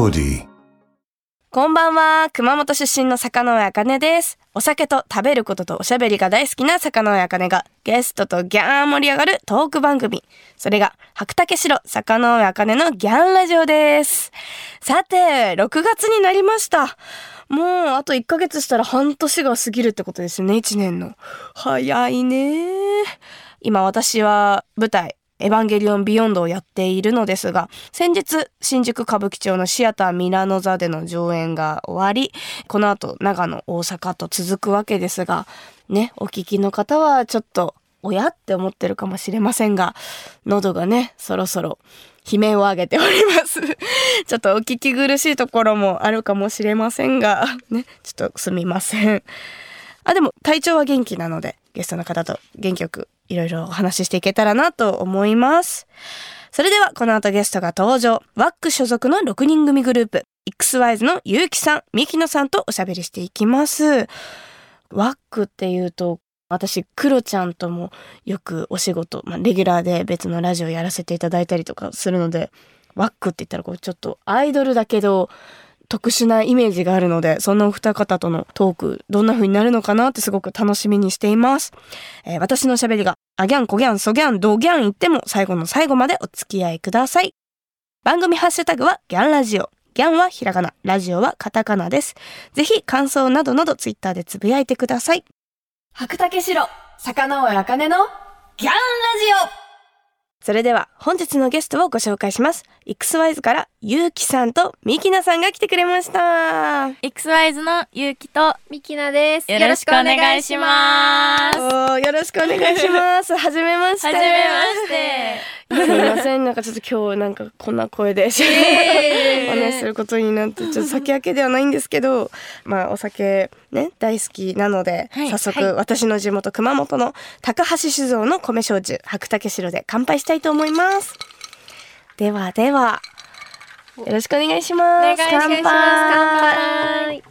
Melody。 こんばんは。熊本出身の坂上茜です。お酒と食べることとおしゃべりが大好きな坂上茜がゲストとギャーン盛り上がるトーク番組。それが白竹城坂上茜のギャンラジオです。さて、6月になりました。もうあと1ヶ月したら半年が過ぎるってことですね。1年の。早いね。今私は舞台エヴァンゲリオンビヨンドをやっているのですが、先日新宿歌舞伎町のシアターミラノ座での上演が終わり、この後長野大阪と続くわけですがね、お聞きの方はちょっとおやって思ってるかもしれませんが、喉がねそろそろ悲鳴を上げておりますちょっとお聞き苦しいところもあるかもしれませんがね、ちょっとすみません。でも体調は元気なので、ゲストの方と元気よくいろいろお話ししていけたらなと思います。それではこの後ゲストが登場。ワック所属の6人組グループ XYZ のゆうきさん、みきのさんとおしゃべりしていきます。ワックっていうと、私クロちゃんともよくお仕事、レギュラーで別のラジオやらせていただいたりとかするので、ワックって言ったらちょっとアイドルだけど特殊なイメージがあるので、そんなお二方とのトークどんな風になるのかなってすごく楽しみにしています。私の喋りがアギャンコギャンソギャンドギャン言っても最後の最後までお付き合いください。番組ハッシュタグはギャンラジオ。ギャンはひらがな、ラジオはカタカナです。ぜひ感想などなどツイッターでつぶやいてください。白竹城坂上茜のギャンラジオ。それでは本日のゲストをご紹介します。 XYZ からゆうきさんとみきなさんが来てくれました。 XYZ のゆうきとみきなです。 よろしくお願いします。 よろしくお願いしますはじめまして。 はじめまして。 すいません、なんかちょっと今日こんな声でお話しすることになって、ちょっと酒焼けではないんですけど、お酒ね大好きなので、早速、私の地元熊本の高橋酒造の米焼酎白竹城で乾杯したいと思います。ではではよろしくお願いします。 お願いします。 乾杯。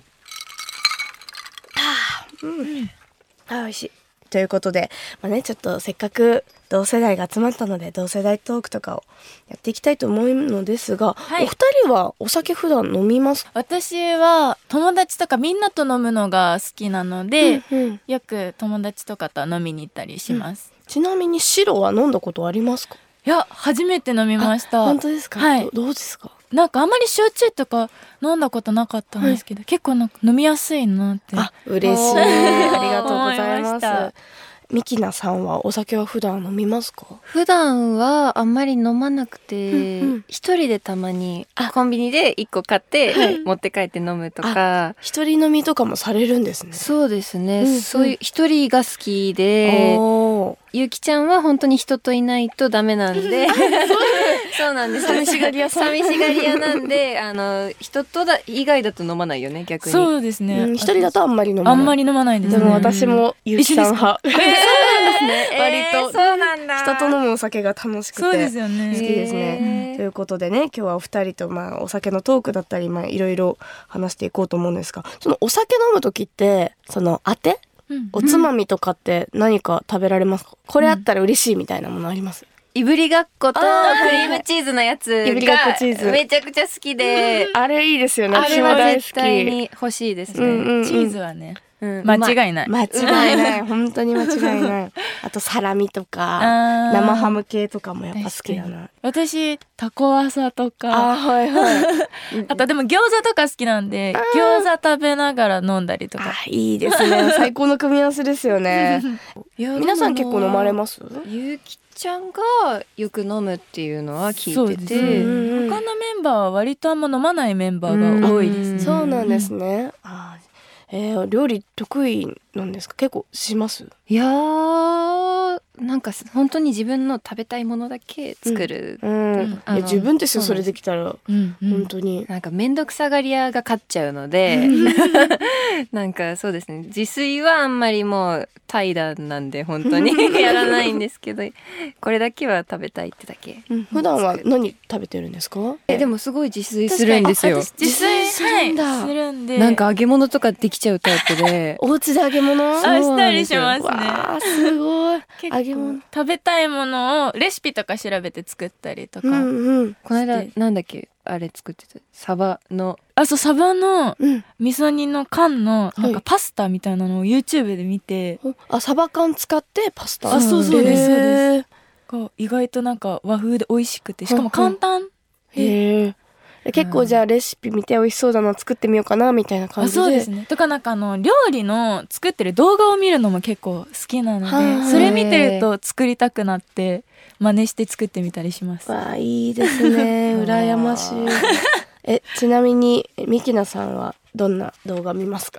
美味しい。ということで、ちょっとせっかく同世代が集まったので、同世代トークとかをやっていきたいと思うのですが、お二人はお酒普段飲みますか？ 私は友達とかみんなと飲むのが好きなので、よく友達とかと飲みに行ったりします。 ちなみに白は飲んだことありますか？ いや、初めて飲みました。 本当ですか？ はい。 どうですか？ なんかあんまり焼酎とか飲んだことなかったんですけど、結構飲みやすいなって。 嬉しい。ありがとうございます。みきなさんはお酒は普段飲みますか？ 普段はあんまり飲まなくて、一人でたまにコンビニで1個買って持って帰って飲むとか。 一人飲みとかもされるんですね。 そうですね、そういう一人が好きで、ゆうきちゃんは本当に人といないとダメなんでそうなんです。寂しがり屋なんで、人と以外だと飲まないよね、逆に。 そうですね。 一人だとあんまり飲まない。 あんまり飲まないですね。 でも私もゆうきさん派。 そうなんですね。 割とそうなんだ。 人と飲むお酒が楽しくてそうですよね。 好きですね。ということでね、今日はお二人とお酒のトークだったりいろいろ話していこうと思うんですが、そのお酒飲む時ってそのあて、おつまみとかって何か食べられますか？これあったら嬉しいみたいなものあります？ いぶりがっことクリームチーズのやつがいぶりがっこチーズめちゃくちゃ好きで、 あれいいですよね。 あれは絶対に欲しいですね。 チーズはね、間違いない。 間違いない。本当に間違いない。あとサラミとか生ハム系とかもやっぱ好きだな。 私タコワサとか、あとでも餃子とか好きなんで、餃子食べながら飲んだりとか。 いいですね。最高の組み合わせですよね。皆さん結構飲まれます？ ゆうきちゃんがよく飲むっていうのは聞いてて、 他のメンバーは割とあんま飲まないメンバーが多いですね。 そうなんですね。料理得意なんですか？結構します？ いやー、なんか本当に自分の食べたいものだけ作る。 自分ですよ、それできたら。本当になんかめんどくさがり屋が勝っちゃうのでなんかそうですね、自炊はあんまりもう怠惰なんで本当にやらないんですけどこれだけは食べたいってだけ。 普段は何食べてるんですか？ でもすごい自炊するんですよ。 自炊するんで、 なんか揚げ物とかできちゃうタイプでお家で揚げ物したりしますね。 わー、すごい。 揚げ物食べたいものをレシピとか調べて作ったりとか。 この間なんだっけ、 あれ作ってたサバのそうサバのうん味噌煮の缶のなんはいかパスタみたいなのを YouTube で見て、 サバ缶使ってパスタ。 そうですそうですへーこう意外となんか和風で美味しくて、しかも簡単。 へー結構じゃあレシピ見て美味しそうだな作ってみようかなみたいな感じで。 そうですね。とかなんか料理の作ってる動画を見るのも結構好きなのはいで、それ見てると作りたくなって真似して作ってみたりします。 わあいいですね羨ましい。ちなみにミキナさんはどんな動画見ますか？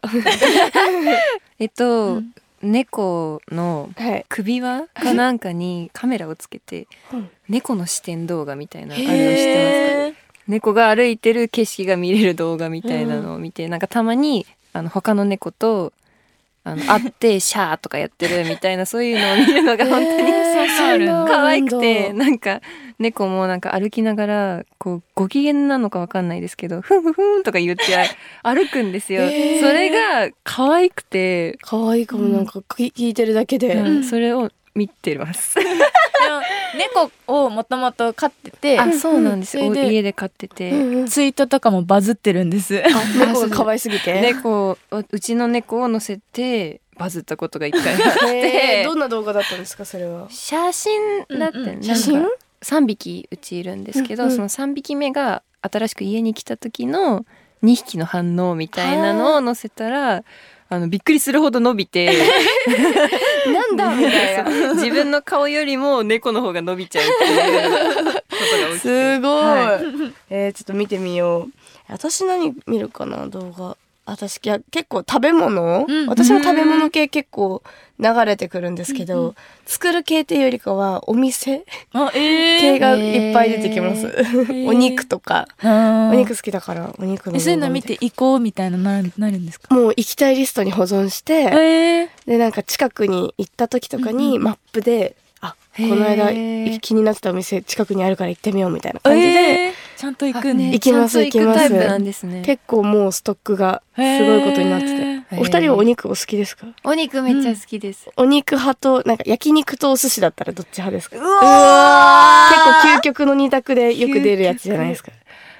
猫のはい。 首輪かなんかにカメラをつけてうん猫の視点動画みたいなあれを知ってますか？猫が歩いてる景色が見れる動画みたいなのを見て、なんかたまに他の猫と会ってシャーとかやってるみたいなそういうのを見るのが本当に可愛くて、なんか猫もなんか歩きながらこうご機嫌なのかわかんないですけどふんふんふんとか言って歩くんですよ。それが可愛くて可愛いかも、なんか聞いてるだけで。 それを見てます。 でも猫をもともと飼ってて、 そうなんですよ。 それで家で飼ってて、 ツイートとかもバズってるんです。 猫が可愛すぎて。 うちの猫を乗せてバズったことが一回あってどんな動画だったんですかそれは？ 写真だって、 うんうん写真 3匹うちいるんですけど、 うんうんその3匹目が新しく家に来た時の2匹の反応みたいなのを載せたらびっくりするほど伸びてなんだみたいな。 自分の顔よりも猫の方が伸びちゃうっていうことが起きてすごい、 はちょっと見てみよう。私何見るかな動画。結構食べ物、 うん私も食べ物系結構流れてくるんですけど、作る系っていうよりかはお店系がいっぱい出てきます。お肉とか、お肉好きだからお肉の動画そういうの見て行こうみたいななるんですか？ もう行きたいリストに保存して、でなんか近くに行った時とかにマップで、この間気になってたお店近くにあるから行ってみようみたいな感じで、 ちゃんと行くんで、 行きますちゃんと行くタイプなんですね。 結構もうストックがすごいことになってて。お二人はお肉お好きですか？ お肉めっちゃ好きです。 お肉派となんか焼肉とお寿司だったらどっち派ですか？ うわ結構究極の二択でよく出るやつじゃないですか。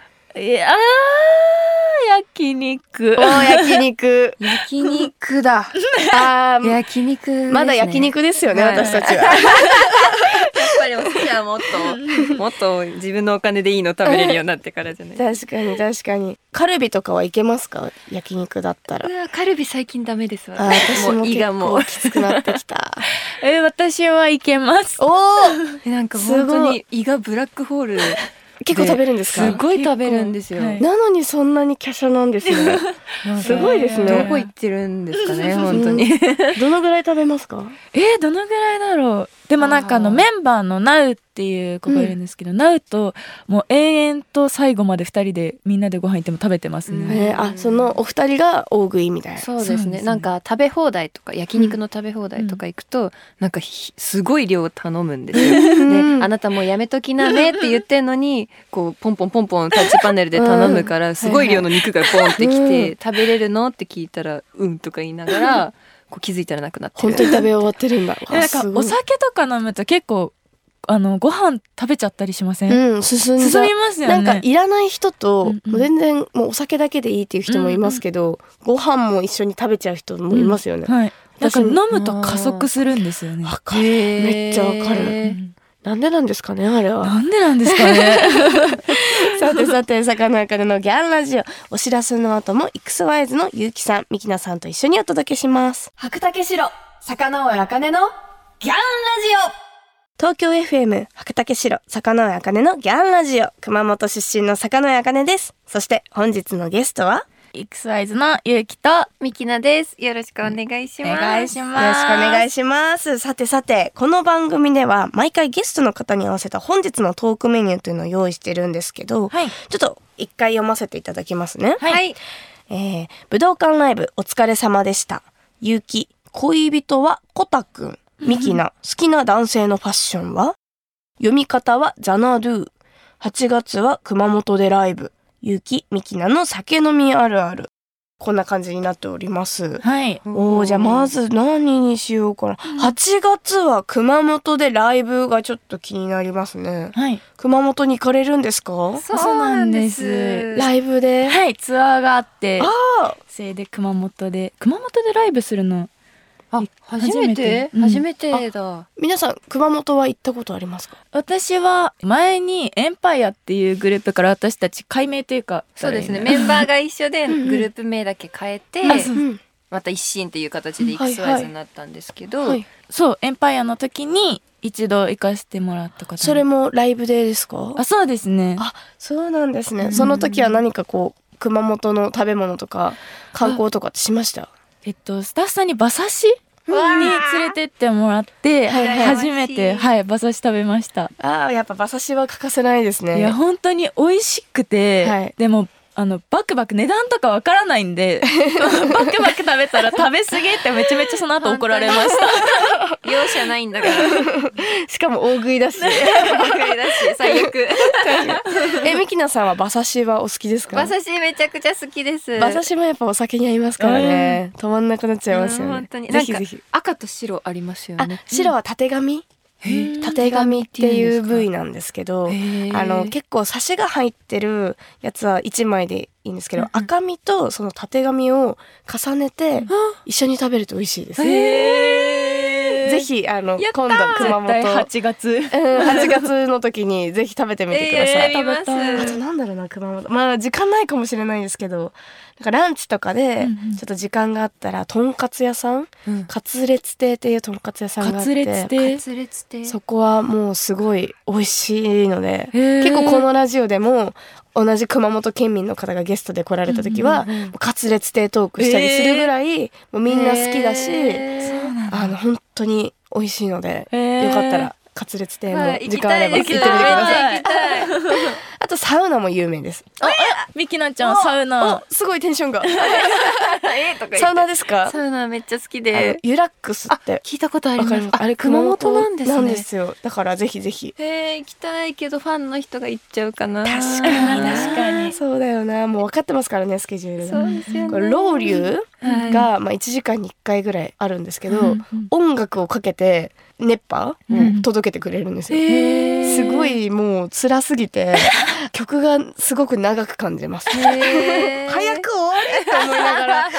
焼肉。 焼肉。 焼肉だ。焼肉ですね。 まだ焼肉ですよね、 はい私たちは。 やっぱりお寿司はもっと自分のお金でいいの食べれるようになってからじゃない。 確かに。カルビとかはいけますか？焼肉だったら。 カルビ最近ダメですわ。 私も結胃がもう構きつくなってきた。 私はいけます。 なんか本当に胃がブラックホール。 結構食べるんですか？ すごい食べるんですよ。 はいなのにそんなに華奢なんですね。すごいですね。 どこ行ってるんですかね、本当に。 どのぐらい食べますか？ どのぐらいだろう。でもなんかメンバーのナウっていう子がいるんですけど、ナウともう永遠と最後まで2人でみんなでご飯行っても食べてますね。 そのお二人が大食いみたいな。 そうですね。なんか食べ放題とか焼肉の食べ放題とか行くと、なんかすごい量頼むんですよ。で、あなたもうやめときなねって言ってんのに、こうポンポンポンポンタッチパネルで頼むからすごい量の肉がポンってきて、食べれるのって聞いたらうんとか言いながら。こう気づいたらなくなってる。 本当に食べ終わってるんだ。 なんかお酒とか飲むと結構ご飯食べちゃったりしません？ 進みますよね。 なんかいらない人と、もう全然もうお酒だけでいいっていう人もいますけど、ご飯も一緒に食べちゃう人もいますよね。 はい。なんか飲むと加速するんですよね。 わかる。めっちゃわかる。なんでなんですかねあれは。 なんでなんですかね。 さて魚の茜のギャンラジオ、お知らせの後も XYZ のゆうきさん、みきなさんと一緒にお届けします。 白竹城魚尾茜のギャンラジ東京 FM 白竹城魚尾茜のギャンラジオ、熊本出身の魚尾茜です。そして本日のゲストは XYZ のゆうきとみきなです。よろしくお願いします。 お願いします。 よろしくお願いします。さて、この番組では毎回ゲストの方に合わせた本日のトークメニューというのを用意してるんですけど、ちょっと一回読ませていただきますね。 はい。 武道館ライブお疲れ様でした。ゆうき、恋人はこたくん。みきな、好きな男性のファッションは？読み方はザナドゥ。8月は熊本でライブ。ゆうき、みきなの酒飲みあるある。 こんな感じになっております。 はい。 じゃあまず何にしようかな。8月は熊本でライブがちょっと気になりますね。 はい。 熊本に行かれるんですか？ そうなんです。 ライブで。 はい、ツアーがあって、 あそれで熊本でライブするの。 初めてだ。 皆さん熊本は行ったことありますか？ 私は前にエンパイアっていうグループから私たち改名というか、 そうですね、メンバーが一緒でグループ名だけ変えてまた一新っていう形でイクスワイズになったんですけど、 そうエンパイアの時に一度行かせてもらった方。 それもライブでですか？ そうですね。 そうなんですね。その時は何かこう熊本の食べ物とか観光とかってしました？ スタッフさんに馬刺しに連れてってもらって、初めて馬刺し食べました。 やっぱ馬刺しは欠かせないですね。 いや本当に美味しくて、でもバクバク値段とかわからないんでバクバク食べたら食べ過ぎってめちゃめちゃその後怒られました容赦ないんだからしかも大食いだし最悪ミキナさんは馬刺しはお好きですか？ 馬刺しめちゃくちゃ好きです。 馬刺しもやっぱお酒に合いますからね、止まんなくなっちゃいますよね。 本当にぜひぜひ。 赤と白ありますよね。 白はたてがみ、たてがみっていう部位なんですけど、結構サシが入ってるやつは1枚でいいんですけど、赤身とそのたてがみを重ねて一緒に食べると美味しいです。ぜひ今度熊本 8月 8月の時にぜひ食べてみてください。 食べたい。 あとなんだろうな、熊本時間ないかもしれないんですけど、なんかランチとかでちょっと時間があったらとんかつ屋さん、カツレツ亭っていうとんかつ屋さんがあって、そこはもうすごい美味しいので、結構このラジオでも同じ熊本県民の方がゲストで来られた時はカツレツ亭トークしたりするぐらいもうみんな好きだし、本当に美味しいので、よかったらカツレツ亭も時間あれば行ってみてください。あとサウナも有名です。 ミキナちゃんサウナすごいテンションがサウナですか？ サウナめっちゃ好きで、 ユラックスって聞いたことあります。 あれ熊本なんですよ。だからぜひぜひ。 行きたいけどファンの人が行っちゃうかな。 確かにそうだよな。もう分かってますからね、スケジュールが。 そうですよね。 これロウリュが1時間に1回ぐらいあるんですけど、音楽をかけて熱波を届けてくれるんですよ。すごいもう辛すぎて曲がすごく長く感じます。早く終われって思いながらふー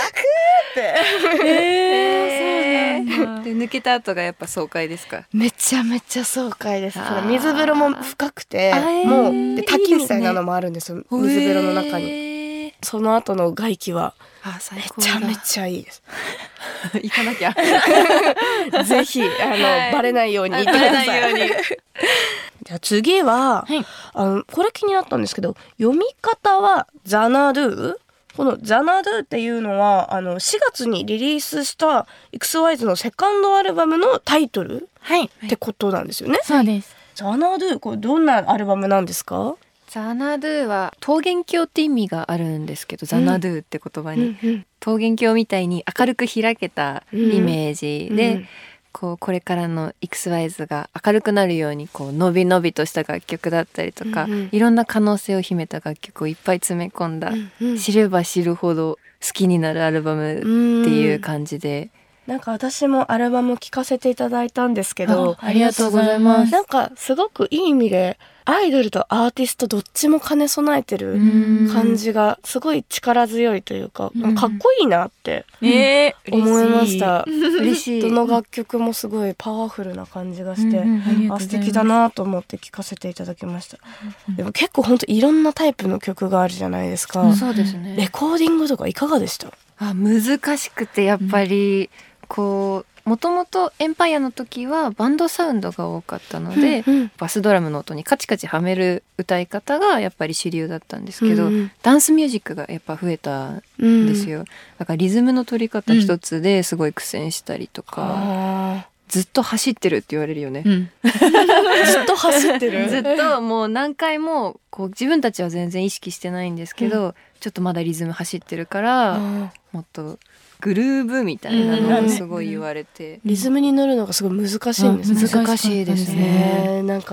ってで抜けた後がやっぱ爽快ですか？ めちゃめちゃ爽快です。水風呂も深くて、もうで滝みたいなのもあるんですよ、水風呂の中に。その後の外気はめちゃめちゃいいです。 行かなきゃぜひバレないように行ってください。じゃあ次は、これ気になったんですけど、読み方はザナドゥ。このザナドゥっていうのは4月にリリースしたイクスワイズのセカンドアルバムのタイトルってことなんですよね。 そうです。 ザナドゥ、これどんなアルバムなんですか？ ザナドゥは桃源郷って意味があるんですけど、ザナドゥって言葉に、桃源郷みたいに明るく開けたイメージで、これからのイクスワイズが明るくなるようにのびのびとした楽曲だったりとか、いろんな可能性を秘めた楽曲をいっぱい詰め込んだ、知れば知るほど好きになるアルバムっていう感じで、 なんか私もアルバム聴かせていただいたんですけど、 ありがとうございます。 なんかすごくいい意味でアイドルとアーティストどっちも兼ね備えてる感じがすごい力強いというか、かっこいいなって思いました。 嬉しい。 どの楽曲もすごいパワフルな感じがして、素敵だなと思って聴かせていただきました。でも結構本当いろんなタイプの曲があるじゃないですか。 そうですね。 レコーディングとかいかがでした？ 難しくて、やっぱりもともとエンパイアの時はバンドサウンドが多かったので、バスドラムの音にカチカチはめる歌い方がやっぱり主流だったんですけど、ダンスミュージックがやっぱ増えたんですよ。だからリズムの取り方一つですごい苦戦したりとか、ずっと走ってるって言われるよね。 ずっと走ってる。 ずっともう何回も自分たちは全然意識してないんですけど、ちょっとまだリズム走ってるからもっとグルーブみたいなのをすごい言われて、 リズムに乗るのがすごい難しいんですね。 難しいですね。 なんか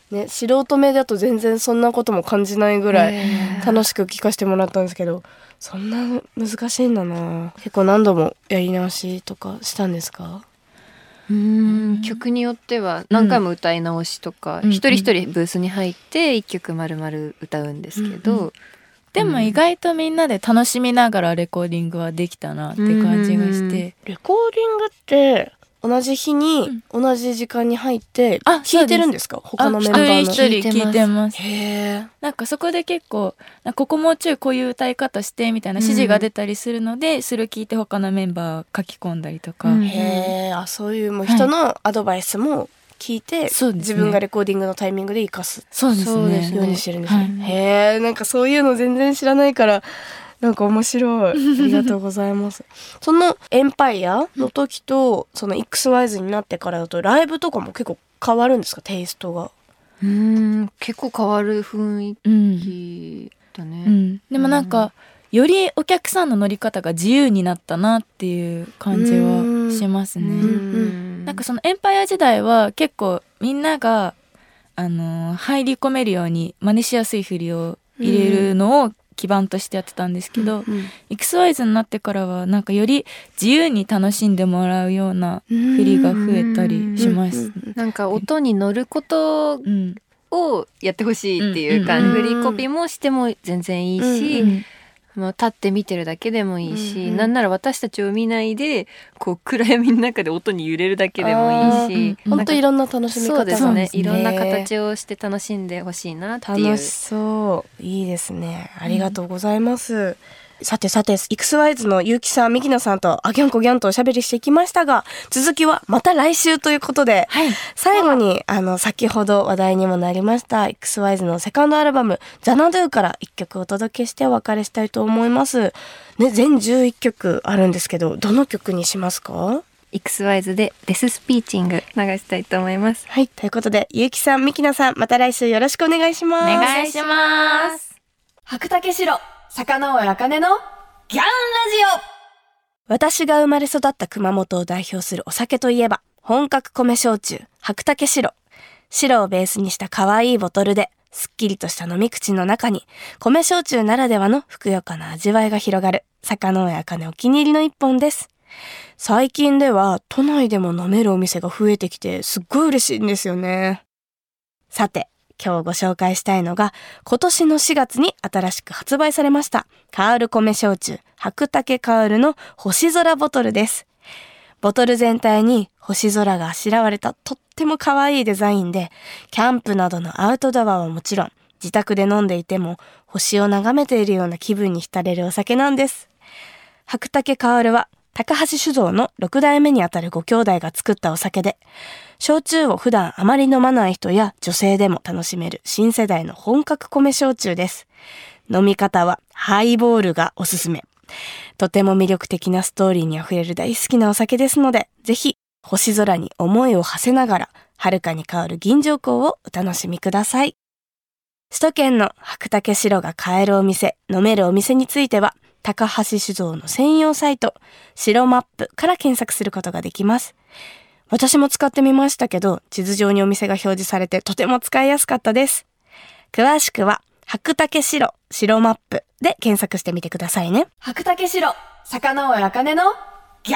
ね、素人目だと全然そんなことも感じないぐらい楽しく聴かせてもらったんですけど、そんな難しいんだな。結構何度もやり直しとかしたんですか？ 曲によっては何回も歌い直しとか、一人一人ブースに入って一曲丸々歌うんですけど、 でも意外とみんなで楽しみながらレコーディングはできたなって感じがして、 レコーディングって同じ日に同じ時間に入って聴いてるんですか？他のメンバーの。 一人一人聞いてます。 へー。 なんかそこで結構ここもうちょいこういう歌い方してみたいな指示が出たりするので、それを聞いて他のメンバー書き込んだりとか、 へー。そういうもう人のアドバイスも聞いて、 そうですね、 自分がレコーディングのタイミングで活かす。 そうですね、 ようにしてるんですね。へー。なんかそういうの全然知らないからなんか面白い。ありがとうございます。そのエンパイアの時とその XYZ になってからだとライブとかも結構変わるんですか？テイストが。 結構変わる雰囲気だね。 でもなんかよりお客さんの乗り方が自由になったなっていう感じはしますね。なんかそのエンパイア時代は結構みんなが入り込めるように真似しやすい振りを入れるのを基盤としてやってたんですけど、XYZ になってからはなんかより自由に楽しんでもらうような振りが増えたりします。 なんか音に乗ることをやってほしいっていうか、振りコピーもしても全然いいし、立って見てるだけでもいいし、なんなら私たちを見ないでこう暗闇の中で音に揺れるだけでもいいし、 本当いろんな楽しみ方が。 そうですね、いろんな形をして楽しんでほしいなっていう。 楽しそう。いいですね。ありがとうございます。さて XYZ のゆうきさん、みきなさんとあぎゃんこぎゃんとおしゃべりしてきましたが、続きはまた来週ということで、最後に先ほど話題にもなりました XYZ のセカンドアルバムザナドゥから1曲お届けしてお別れしたいと思います。ね、全11曲あるんですけど、どの曲にしますか ？XYZ でデススピーチング流したいと思います。 はい、ということでゆうきさん、みきなさん、また来週よろしくお願いします。 お願いします。 白竹城坂上茜のギャンラジオ。 私が生まれ育った熊本を代表するお酒といえば本格米焼酎白竹白。白をベースにした可愛いボトルで、すっきりとした飲み口の中に米焼酎ならではのふくよかな味わいが広がる坂上茜お気に入りの一本です。最近では都内でも飲めるお店が増えてきてすっごい嬉しいんですよね。さて今日ご紹介したいのが今年の4月に新しく発売されましたカール米焼酎白竹カールの星空ボトルです。ボトル全体に星空があしらわれたとっても可愛いデザインで、キャンプなどのアウトドアはもちろん自宅で飲んでいても星を眺めているような気分に浸れるお酒なんです。白竹カールは高橋酒造の6代目にあたるご兄弟が作ったお酒で、焼酎を普段あまり飲まない人や女性でも楽しめる新世代の本格米焼酎です。飲み方はハイボールがおすすめ。とても魅力的なストーリーにあふれる大好きなお酒ですので、ぜひ星空に思いを馳せながら遥かに香る吟醸香をお楽しみください。首都圏の白竹白が買えるお店、飲めるお店については高橋酒造の専用サイト白マップから検索することができます。私も使ってみましたけど、地図上にお店が表示されてとても使いやすかったです。詳しくは白竹白マップで検索してみてくださいね。 白竹城坂上茜のギャンラジ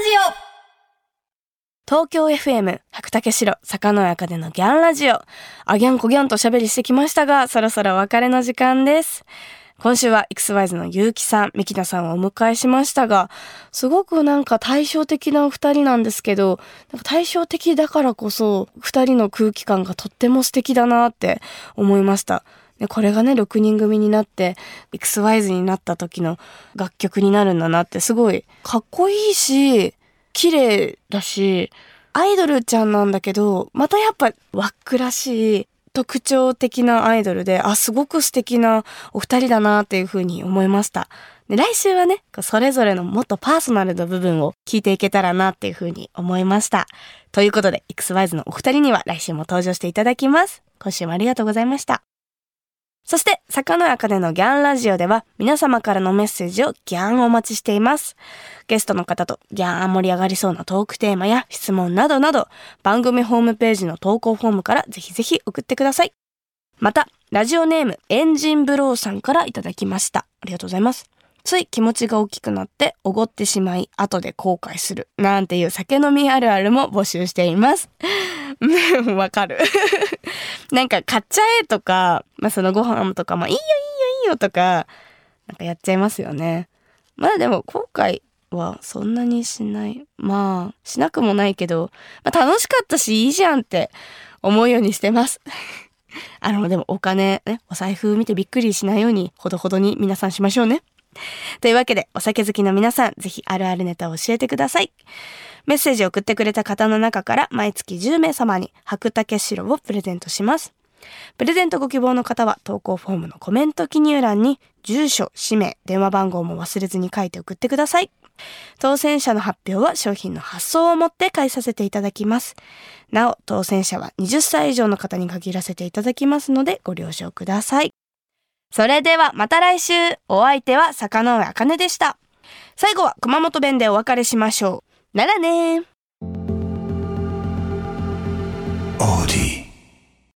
オ。 東京 FM 白竹城坂上茜のギャンラジオ。あぎゃんこぎゃんとおしゃべりしてきましたが、そろそろお別れの時間です。今週は XYZ のゆうきさん、みきなさんをお迎えしましたが、すごくなんか対照的なお二人なんですけど、なんか対照的だからこそ二人の空気感がとっても素敵だなって思いました。でこれがね6人組になって XYZ になった時の楽曲になるんだなって、すごいかっこいいし綺麗だし、アイドルちゃんなんだけどまたやっぱワックらしい特徴的なアイドルで、すごく素敵なお二人だなっていう風に思いました。で来週はねそれぞれのもっとパーソナルな部分を聞いていけたらなっていう風に思いました。ということで XYZ のお二人には来週も登場していただきます。今週もありがとうございました。 そして坂上茜のギャンラジオでは皆様からのメッセージをギャンお待ちしています。ゲストの方とギャン盛り上がりそうなトークテーマや質問などなど、番組ホームページの投稿フォームからぜひぜひ送ってください。またラジオネームエンジンブローさんからいただきました。ありがとうございます。つい気持ちが大きくなっておごってしまい後で後悔するなんていう酒飲みあるあるも募集しています。わかる。なんか買っちゃえとか、そのご飯とかいいよいいよいいよとかなんかやっちゃいますよね。でも後悔はそんなにしない。しなくもないけど、楽しかったしいいじゃんって思うようにしてます。でもお金ね、お財布見てびっくりしないようにほどほどに皆さんしましょうね。というわけでお酒好きの皆さん、ぜひあるあるネタを教えてください。メッセージを送ってくれた方の中から毎月10名様に白竹白をプレゼントします。プレゼントご希望の方は投稿フォームのコメント記入欄に住所、氏名、電話番号も忘れずに書いて送ってください。当選者の発表は商品の発送をもって返させていただきます。なお当選者は20歳以上の方に限らせていただきますのでご了承ください。それではまた来週。お相手は坂上茜でした。最後は熊本弁でお別れしましょう。ならねー。